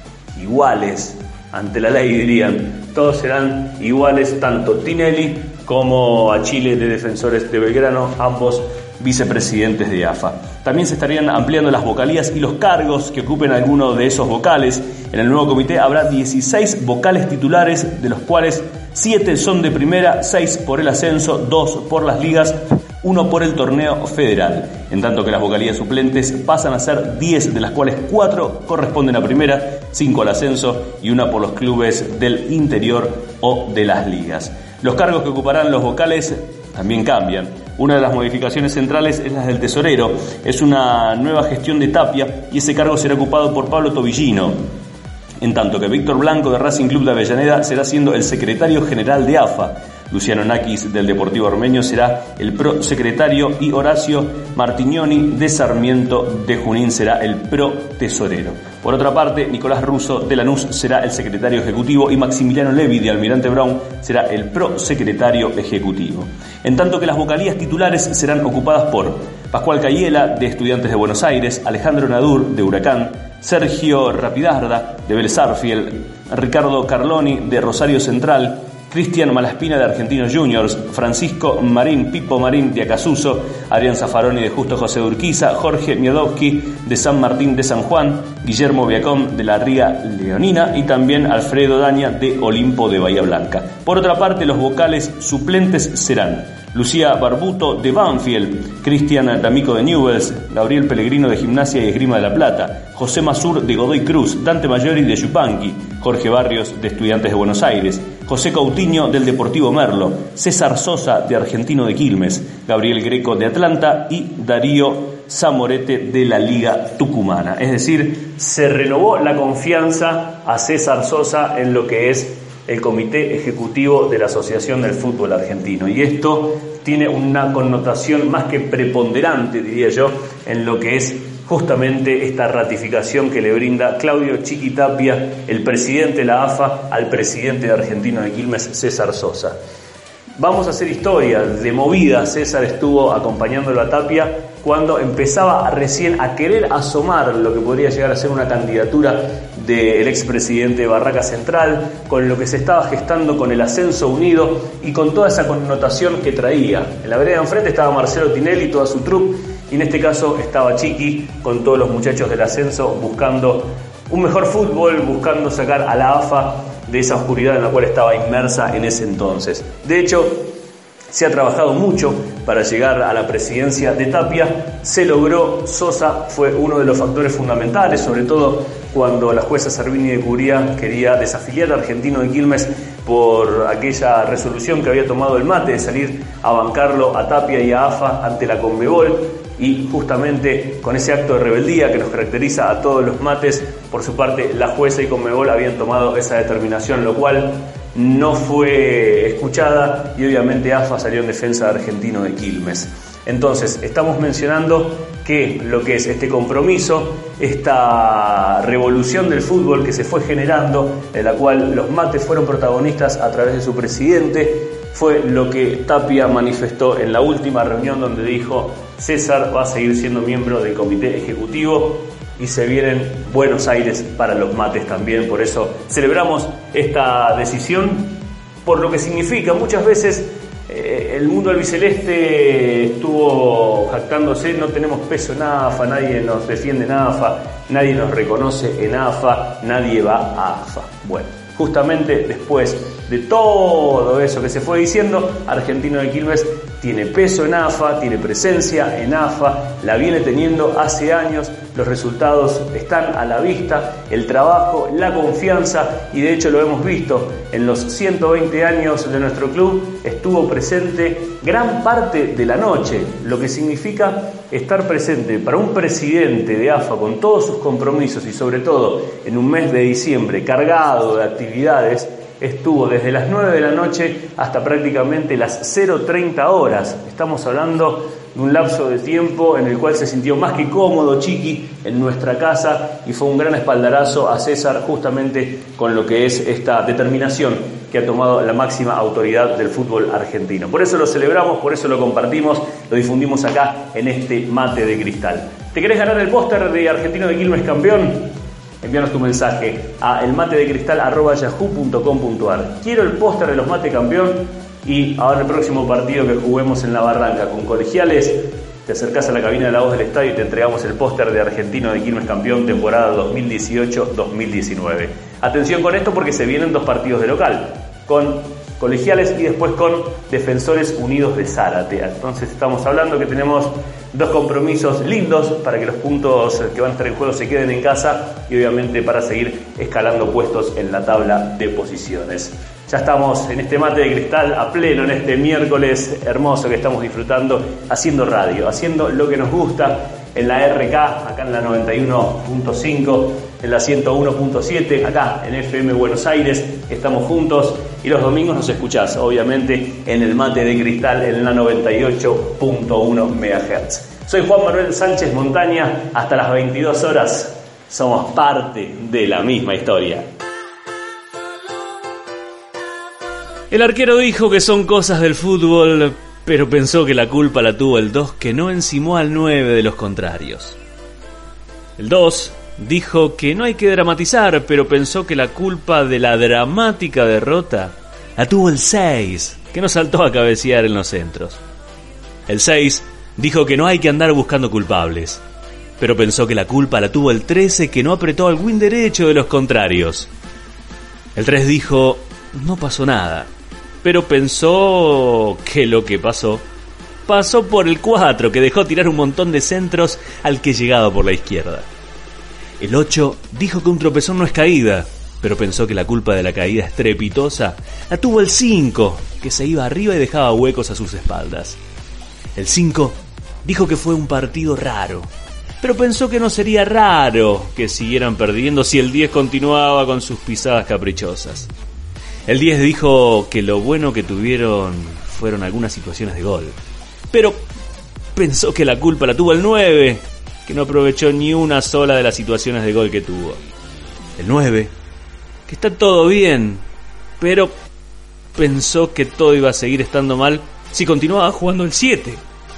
iguales ante la ley, dirían. Todos serán iguales, tanto Tinelli como Achille de Defensores de Belgrano, ambos vicepresidentes de AFA. También se estarían ampliando las vocalías y los cargos que ocupen alguno de esos vocales. En el nuevo comité habrá 16 vocales titulares, de los cuales 7 son de primera, 6 por el ascenso, 2 por las ligas, 1 por el torneo federal. En tanto que las vocalías suplentes pasan a ser 10, de las cuales 4 corresponden a primera, 5 al ascenso y 1 por los clubes del interior o de las ligas. Los cargos que ocuparán los vocales también cambian. Una de las modificaciones centrales es la del tesorero. Es una nueva gestión de Tapia y ese cargo será ocupado por Pablo Tobillino. En tanto que Víctor Blanco de Racing Club de Avellaneda será siendo el secretario general de AFA. Luciano Nakis del Deportivo Ormeño será el prosecretario y Horacio Martignoni de Sarmiento de Junín será el pro-tesorero. Por otra parte, Nicolás Russo de Lanús será el secretario ejecutivo y Maximiliano Levi de Almirante Brown será el prosecretario ejecutivo. En tanto que las vocalías titulares serán ocupadas por Pascual Cayela de Estudiantes de Buenos Aires, Alejandro Nadur de Huracán, Sergio Rapidarda de Vélez Sarsfield, Ricardo Carloni de Rosario Central, Cristian Malaspina de Argentinos Juniors, Francisco Marín, Pipo Marín de Acasuso, Adrián Zaffaroni de Justo José de Urquiza, Jorge Miodowski de San Martín de San Juan, Guillermo Viacón de la Ría Leonina y también Alfredo Daña de Olimpo de Bahía Blanca. Por otra parte, los vocales suplentes serán Lucía Barbuto de Banfield, Cristian D'Amico de Newell's, Gabriel Pellegrino de Gimnasia y Esgrima de La Plata, José Masur de Godoy Cruz, Dante Maggiori de Yupanqui, Jorge Barrios de Estudiantes de Buenos Aires, José Coutinho del Deportivo Merlo, César Sosa de Argentino de Quilmes, Gabriel Greco de Atlanta y Darío Zamorete de la Liga Tucumana. Es decir, se renovó la confianza a César Sosa en lo que es el Comité Ejecutivo de la Asociación del Fútbol Argentino. Y esto tiene una connotación más que preponderante, diría yo, en lo que es justamente esta ratificación que le brinda Claudio Chiqui Tapia, el presidente de la AFA, al presidente de Argentino de Quilmes, César Sosa. Vamos a hacer historia. De movida, César estuvo acompañándolo a Tapia cuando empezaba recién a querer asomar lo que podría llegar a ser una candidatura del expresidente de Barraca Central, con lo que se estaba gestando con el Ascenso Unido y con toda esa connotación que traía. En la vereda de enfrente estaba Marcelo Tinelli y toda su troupe, y en este caso estaba Chiqui con todos los muchachos del Ascenso buscando un mejor fútbol, buscando sacar a la AFA de esa oscuridad en la cual estaba inmersa en ese entonces. De hecho, se ha trabajado mucho para llegar a la presidencia de Tapia. Se logró. Sosa fue uno de los factores fundamentales, sobre todo cuando la jueza Servini de Curía quería desafiliar a Argentino de Quilmes por aquella resolución que había tomado el MATE de salir a bancarlo a Tapia y a AFA ante la Conmebol. Y justamente con ese acto de rebeldía que nos caracteriza a todos los mates, por su parte la jueza y Conmebol habían tomado esa determinación, lo cual no fue escuchada y obviamente AFA salió en defensa de Argentino de Quilmes. Entonces, estamos mencionando que lo que es este compromiso, esta revolución del fútbol que se fue generando, en la cual los mates fueron protagonistas a través de su presidente, fue lo que Tapia manifestó en la última reunión, donde dijo: César va a seguir siendo miembro del comité ejecutivo y se vienen Buenos Aires para los mates también. Por eso celebramos esta decisión, por lo que significa. Muchas veces el mundo albiceleste estuvo jactándose: no tenemos peso en AFA, nadie nos defiende en AFA, nadie nos reconoce en AFA, nadie va a AFA. Bueno, justamente después de todo eso que se fue diciendo, Argentino de Quilmes tiene peso en AFA, tiene presencia en AFA, la viene teniendo hace años, los resultados están a la vista, el trabajo, la confianza, y de hecho lo hemos visto en los 120 años de nuestro club, estuvo presente gran parte de la noche, lo que significa estar presente para un presidente de AFA con todos sus compromisos y sobre todo en un mes de diciembre cargado de actividades. Estuvo desde las 9 de la noche hasta prácticamente las 0:30 horas. Estamos hablando de un lapso de tiempo en el cual se sintió más que cómodo Chiqui en nuestra casa, y fue un gran espaldarazo a César justamente con lo que es esta determinación que ha tomado la máxima autoridad del fútbol argentino. Por eso lo celebramos, por eso lo compartimos, lo difundimos acá en este mate de cristal. ¿Te querés ganar el póster de Argentino de Quilmes campeón? Envíanos tu mensaje a elmatedecristal@yahoo.com.ar. Quiero el póster de los mate campeón, y ahora el próximo partido que juguemos en La Barranca con Colegiales, te acercás a la cabina de La Voz del Estadio y te entregamos el póster de Argentino de Quilmes campeón temporada 2018-2019. Atención con esto, porque se vienen 2 partidos de local, con Colegiales y después con Defensores Unidos de Zárate. Entonces estamos hablando que tenemos 2 compromisos lindos para que los puntos que van a estar en juego se queden en casa, y obviamente para seguir escalando puestos en la tabla de posiciones. Ya estamos en este mate de cristal a pleno, en este miércoles hermoso que estamos disfrutando, haciendo radio, haciendo lo que nos gusta, en la RK, acá en la 91.5, en la 101.7, acá en FM Buenos Aires, estamos juntos, y los domingos nos escuchás, obviamente, en el mate de cristal, en la 98.1 MHz. Soy Juan Manuel Sánchez Montaña, hasta las 22 horas, somos parte de la misma historia. El arquero dijo que son cosas del fútbol, pero pensó que la culpa la tuvo el 2, que no encimó al 9 de los contrarios. El 2 dijo que no hay que dramatizar, pero pensó que la culpa de la dramática derrota la tuvo el 6, que no saltó a cabecear en los centros. El 6 dijo que no hay que andar buscando culpables, pero pensó que la culpa la tuvo el 13, que no apretó al win derecho de los contrarios. El 3 dijo: no pasó nada, pero pensó que lo que pasó por el 4, que dejó tirar un montón de centros al que llegaba por la izquierda. El 8 dijo que un tropezón no es caída, pero pensó que la culpa de la caída estrepitosa la tuvo el 5, que se iba arriba y dejaba huecos a sus espaldas. El 5 dijo que fue un partido raro, pero pensó que no sería raro que siguieran perdiendo si el 10 continuaba con sus pisadas caprichosas. El 10 dijo que lo bueno que tuvieron fueron algunas situaciones de gol, pero pensó que la culpa la tuvo el 9, que no aprovechó ni una sola de las situaciones de gol que tuvo. El 9, que está todo bien, pero pensó que todo iba a seguir estando mal si continuaba jugando el 7.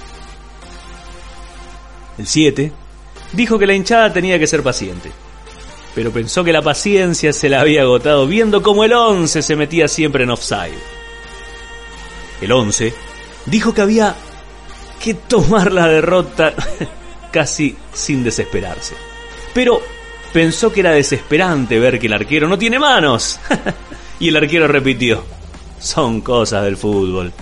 El 7 dijo que la hinchada tenía que ser paciente, pero pensó que la paciencia se la había agotado viendo cómo el 11 se metía siempre en offside. El 11 dijo que había que tomar la derrota casi sin desesperarse, pero pensó que era desesperante ver que el arquero no tiene manos. Y el arquero repitió: son cosas del fútbol.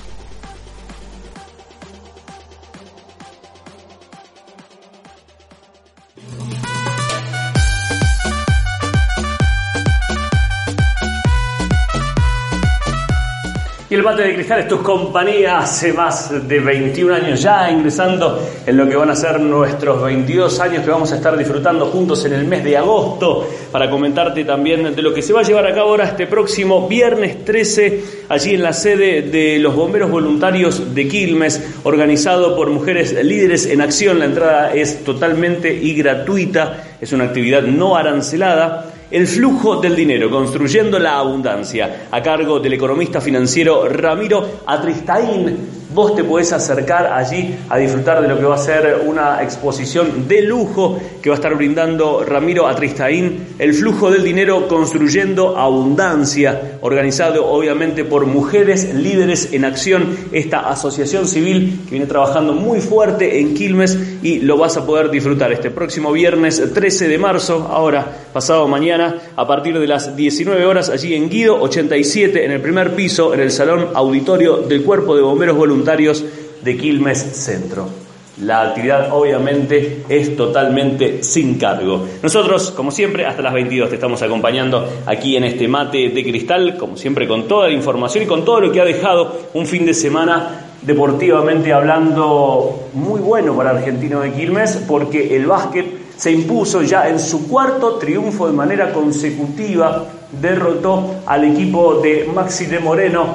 Y el Mate de Cristal es tu compañía hace más de 21 años ya, ingresando en lo que van a ser nuestros 22 años que vamos a estar disfrutando juntos en el mes de agosto, para comentarte también de lo que se va a llevar a cabo ahora este próximo viernes 13, allí en la sede de los Bomberos Voluntarios de Quilmes, organizado por Mujeres Líderes en Acción. La entrada es totalmente y gratuita, es una actividad no arancelada. El flujo del dinero, construyendo la abundancia, a cargo del economista financiero Ramiro Atristain. Vos te podés acercar allí a disfrutar de lo que va a ser una exposición de lujo que va a estar brindando Ramiro Atristain. El flujo del dinero, construyendo abundancia, organizado obviamente por Mujeres Líderes en Acción, esta asociación civil que viene trabajando muy fuerte en Quilmes, y lo vas a poder disfrutar este próximo viernes 13 de marzo, ahora pasado mañana, a partir de las 19 horas, allí en Guido 87, en el primer piso, en el Salón Auditorio del Cuerpo de Bomberos Voluntarios de Quilmes Centro. La actividad obviamente es totalmente sin cargo. Nosotros, como siempre, hasta las 22 te estamos acompañando aquí en este Mate de Cristal, como siempre con toda la información y con todo lo que ha dejado un fin de semana deportivamente hablando muy bueno para Argentino de Quilmes, porque el básquet se impuso ya en su cuarto triunfo de manera consecutiva, derrotó al equipo de Maxi de Moreno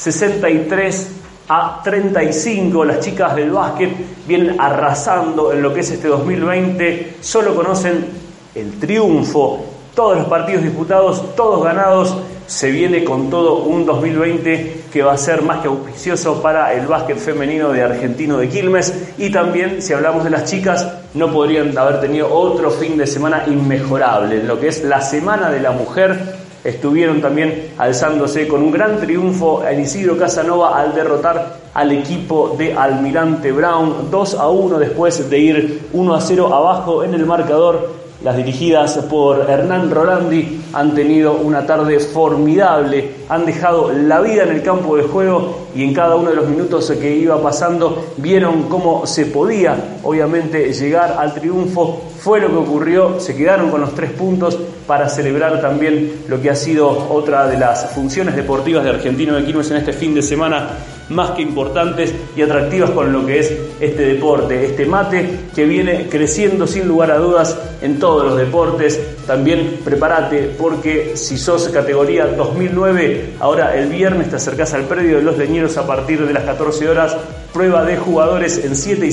63-35. Las chicas del básquet vienen arrasando en lo que es este 2020, solo conocen el triunfo, todos los partidos disputados, todos ganados. Se viene con todo un 2020 que va a ser más que auspicioso para el básquet femenino de Argentino de Quilmes, y también, si hablamos de las chicas, no podrían haber tenido otro fin de semana inmejorable. En lo que es la Semana de la Mujer, estuvieron también alzándose con un gran triunfo a Isidro Casanova al derrotar al equipo de Almirante Brown 2-1 después de ir 1-0 abajo en el marcador. Las dirigidas por Hernán Rolandi han tenido una tarde formidable, han dejado la vida en el campo de juego, y en cada uno de los minutos que iba pasando vieron cómo se podía obviamente llegar al triunfo. Fue lo que ocurrió, se quedaron con los 3 puntos para celebrar también lo que ha sido otra de las funciones deportivas de Argentino de Quilmes en este fin de semana, más que importantes y atractivas con lo que es este deporte, este mate que viene creciendo sin lugar a dudas en todos los deportes. También prepárate, porque si sos categoría 2009, ahora el viernes te acercás al predio de los leñeros a partir de las 14 horas, prueba de jugadores en 7 y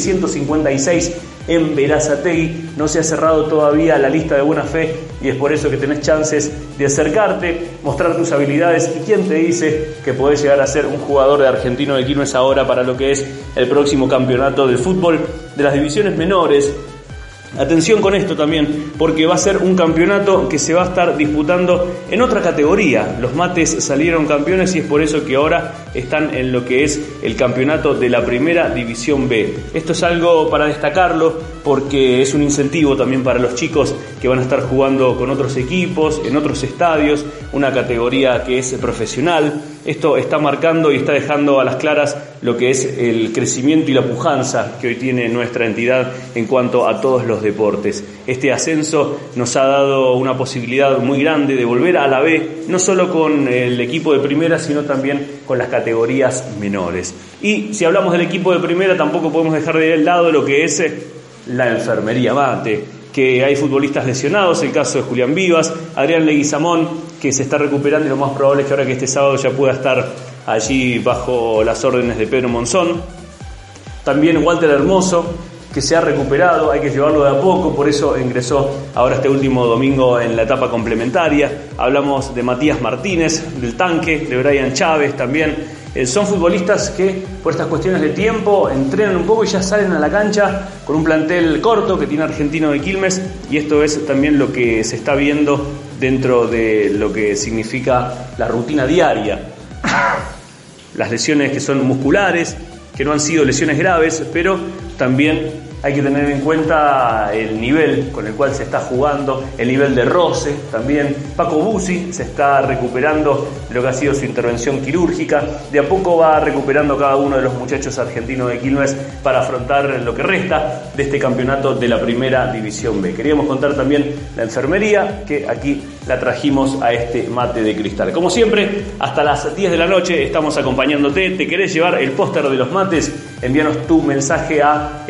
156 en Berazategui. No se ha cerrado todavía la lista de buena fe, y es por eso que tenés chances de acercarte, mostrar tus habilidades, y quién te dice que podés llegar a ser un jugador de Argentino de Quilmes ahora para lo que es el próximo campeonato del fútbol de las divisiones menores. Atención con esto también, porque va a ser un campeonato que se va a estar disputando en otra categoría. Los mates salieron campeones, y es por eso que ahora están en lo que es el campeonato de la Primera División B. Esto es algo para destacarlo, porque es un incentivo también para los chicos que van a estar jugando con otros equipos, en otros estadios, una categoría que es profesional. Esto está marcando y está dejando a las claras lo que es el crecimiento y la pujanza que hoy tiene nuestra entidad en cuanto a todos los deportes. Este ascenso nos ha dado una posibilidad muy grande de volver a la B, no solo con el equipo de primera, sino también con las categorías menores. Y si hablamos del equipo de primera, tampoco podemos dejar de lado lo que es la enfermería mate, que hay futbolistas lesionados, el caso de Julián Vivas, Adrián Leguizamón, que se está recuperando, y lo más probable es que ahora que este sábado ya pueda estar allí bajo las órdenes de Pedro Monzón. También Walter Hermoso, que se ha recuperado, hay que llevarlo de a poco, por eso ingresó ahora este último domingo en la etapa complementaria. Hablamos de Matías Martínez, del Tanque, de Brian Chávez también. Son futbolistas que por estas cuestiones de tiempo entrenan un poco y ya salen a la cancha con un plantel corto que tiene Argentino de Quilmes, y esto es también lo que se está viendo dentro de lo que significa la rutina diaria. Las lesiones que son musculares, que no han sido lesiones graves, pero también hay que tener en cuenta el nivel con el cual se está jugando, el nivel de roce también. Paco Bussi se está recuperando de lo que ha sido su intervención quirúrgica. De a poco va recuperando cada uno de los muchachos argentinos de Quilmes para afrontar lo que resta de este campeonato de la Primera División B. Queríamos contar también la enfermería, que aquí la trajimos a este mate de cristal. Como siempre, hasta las 10 de la noche estamos acompañándote. ¿Te querés llevar el póster de los mates? Envíanos tu mensaje a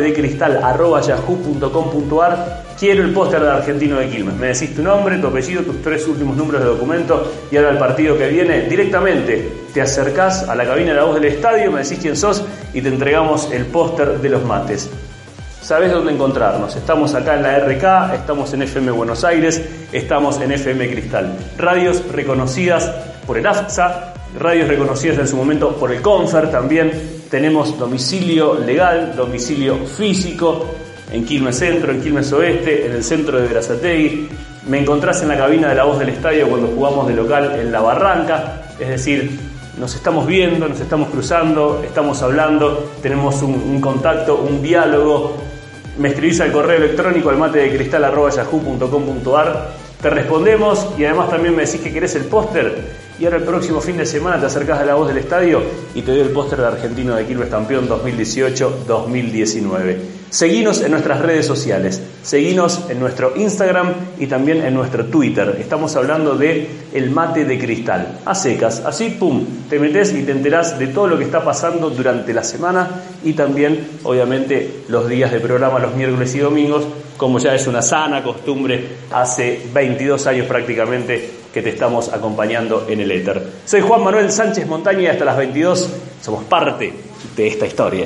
elmatedecristal@yahoo.com.ar. Quiero el póster de Argentino de Quilmes. Me decís tu nombre, tu apellido, tus 3 últimos números de documento y ahora el partido que viene. Directamente te acercás a la cabina de La Voz del Estadio, me decís quién sos y te entregamos el póster de los mates. Sabés dónde encontrarnos. Estamos acá en la RK, estamos en FM Buenos Aires, estamos en FM Cristal. Radios reconocidas por el AFSA, radios reconocidas en su momento por el Confer también. Tenemos domicilio legal, domicilio físico en Quilmes Centro, en Quilmes Oeste, en el centro de Berazategui. Me encontrás en la cabina de La Voz del Estadio cuando jugamos de local en La Barranca. Es decir, nos estamos viendo, nos estamos cruzando, estamos hablando, tenemos un contacto, un diálogo. Me escribís al correo electrónico almatedecristal@yahoo.com.ar. Te respondemos y además también me decís que querés el póster. Y ahora el próximo fin de semana te acercás a La Voz del Estadio y te doy el póster de Argentino de Quilmes campeón 2018-2019. Seguinos en nuestras redes sociales, seguinos en nuestro Instagram y también en nuestro Twitter. Estamos hablando de El Mate de Cristal. A secas, así pum, te metés y te enterás de todo lo que está pasando durante la semana y también, obviamente, los días de programa, los miércoles y domingos, como ya es una sana costumbre, hace 22 años prácticamente que te estamos acompañando en el éter. Soy Juan Manuel Sánchez Montaña y hasta las 22 somos parte de esta historia.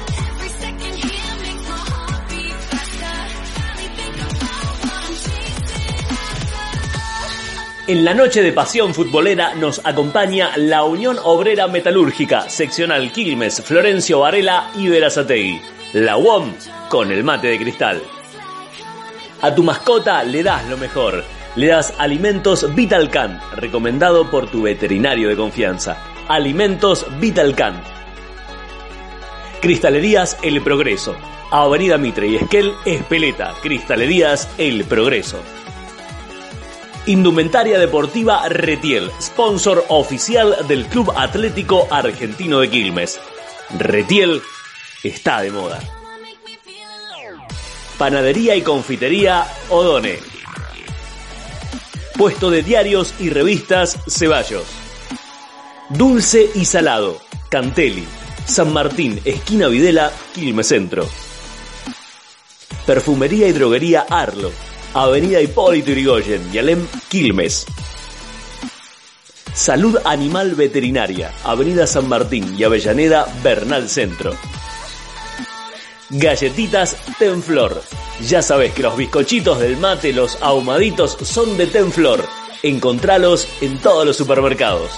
En la noche de pasión futbolera nos acompaña la Unión Obrera Metalúrgica, seccional Quilmes, Florencio Varela y Berazategui. La UOM con el mate de cristal. A tu mascota le das lo mejor. Le das Alimentos Vitalcan, recomendado por tu veterinario de confianza. Alimentos Vitalcan. Cristalerías El Progreso. Avenida Mitre y Esquel, Espeleta. Cristalerías El Progreso. Indumentaria Deportiva Retiel, sponsor oficial del Club Atlético Argentino de Quilmes. Retiel está de moda. Panadería y confitería Odone. Puesto de diarios y revistas Ceballos. Dulce y salado Cantelli, San Martín, esquina Videla, Quilmes Centro. Perfumería y droguería Arlo, Avenida Hipólito Yrigoyen, Yalem, Quilmes. Salud Animal Veterinaria, Avenida San Martín y Avellaneda, Bernal Centro. Galletitas Tenflor. Ya sabes que los bizcochitos del mate, los ahumaditos, son de Tenflor. Encontralos en todos los supermercados.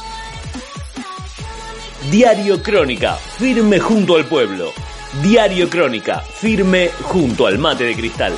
Diario Crónica, firme junto al pueblo. Diario Crónica, firme junto al mate de cristal.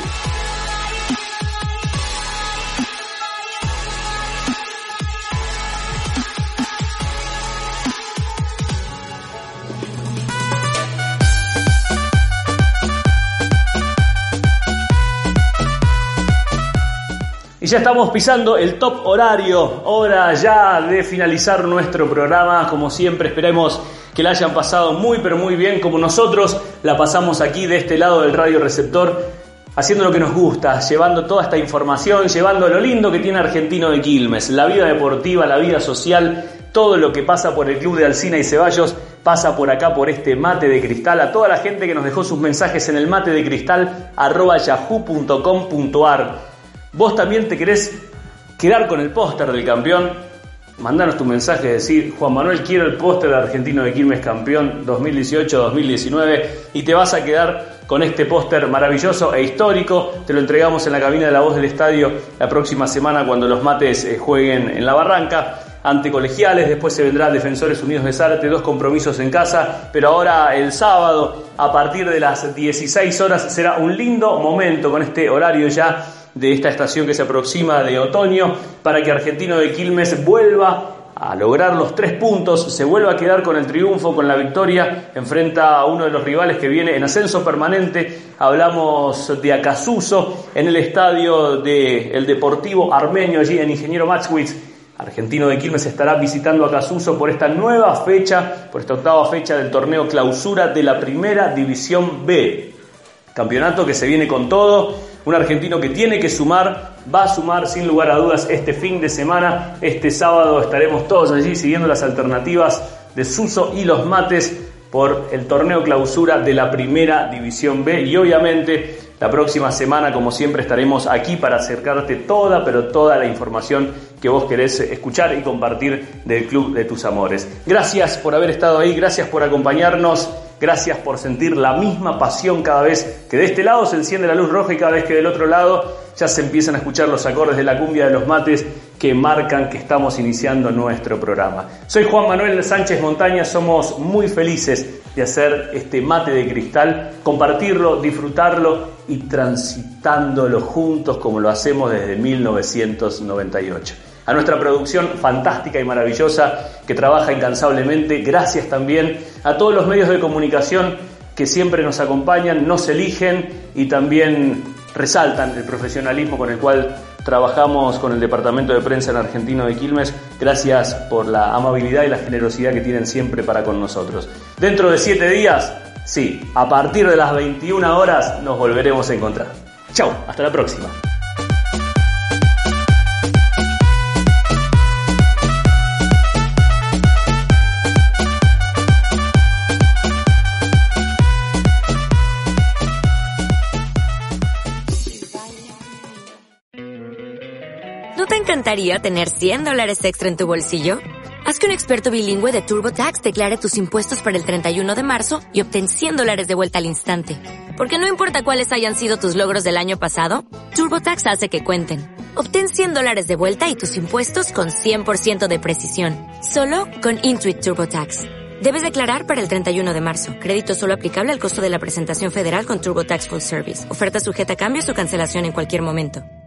Y ya estamos pisando el top horario, hora ya de finalizar nuestro programa. Como siempre, esperemos que la hayan pasado muy pero muy bien, como nosotros la pasamos aquí de este lado del radio receptor, haciendo lo que nos gusta, llevando toda esta información, llevando lo lindo que tiene Argentino de Quilmes, la vida deportiva, la vida social, todo lo que pasa por el club de Alsina y Ceballos pasa por acá, por este mate de cristal. A toda la gente que nos dejó sus mensajes en el matedecristal@yahoo.com.ar. Vos también te querés quedar con el póster del campeón. Mandanos tu mensaje, decir: Juan Manuel, quiero el póster de Argentino de Quilmes campeón 2018-2019, y te vas a quedar con este póster maravilloso e histórico. Te lo entregamos en la cabina de La Voz del Estadio la próxima semana cuando los mates jueguen en La Barranca ante Colegiales. Después se vendrá Defensores Unidos de Zárate, 2 compromisos en casa, pero ahora el sábado a partir de las 16 horas será un lindo momento con este horario ya de esta estación que se aproxima de otoño, para que Argentino de Quilmes vuelva a lograr los 3 puntos, se vuelve a quedar con el triunfo, con la victoria, enfrenta a uno de los rivales que viene en ascenso permanente. Hablamos de Acassuso en el estadio del Deportivo Armenio, allí en Ingeniero Matschwitz. Argentino de Quilmes estará visitando Acassuso por esta nueva fecha, por esta 8ª fecha del torneo clausura de la Primera División B. Campeonato que se viene con todo. Un argentino que tiene que sumar, va a sumar sin lugar a dudas este fin de semana. Este sábado estaremos todos allí siguiendo las alternativas de Suso y los mates por el torneo clausura de la Primera División B. Y obviamente la próxima semana, como siempre, estaremos aquí para acercarte toda la información que vos querés escuchar y compartir del Club de tus Amores. Gracias por haber estado ahí, gracias por acompañarnos. Gracias por sentir la misma pasión cada vez que de este lado se enciende la luz roja y cada vez que del otro lado ya se empiezan a escuchar los acordes de la cumbia de los mates que marcan que estamos iniciando nuestro programa. Soy Juan Manuel Sánchez Montaña, somos muy felices de hacer este mate de cristal, compartirlo, disfrutarlo y transitándolo juntos como lo hacemos desde 1998. A nuestra producción fantástica y maravillosa que trabaja incansablemente, gracias también a todos los medios de comunicación que siempre nos acompañan, nos eligen y también resaltan el profesionalismo con el cual trabajamos con el Departamento de Prensa en Argentino de Quilmes. Gracias por la amabilidad y la generosidad que tienen siempre para con nosotros. Dentro de 7 días, sí, a partir de las 21 horas nos volveremos a encontrar. Chau, hasta la próxima. ¿No te encantaría tener $100 extra en tu bolsillo? Haz que un experto bilingüe de TurboTax declare tus impuestos para el 31 de marzo y obtén $100 de vuelta al instante. Porque no importa cuáles hayan sido tus logros del año pasado, TurboTax hace que cuenten. Obtén $100 de vuelta y tus impuestos con 100% de precisión. Solo con Intuit TurboTax. Debes declarar para el 31 de marzo. Crédito solo aplicable al costo de la presentación federal con TurboTax Full Service. Oferta sujeta a cambios o cancelación en cualquier momento.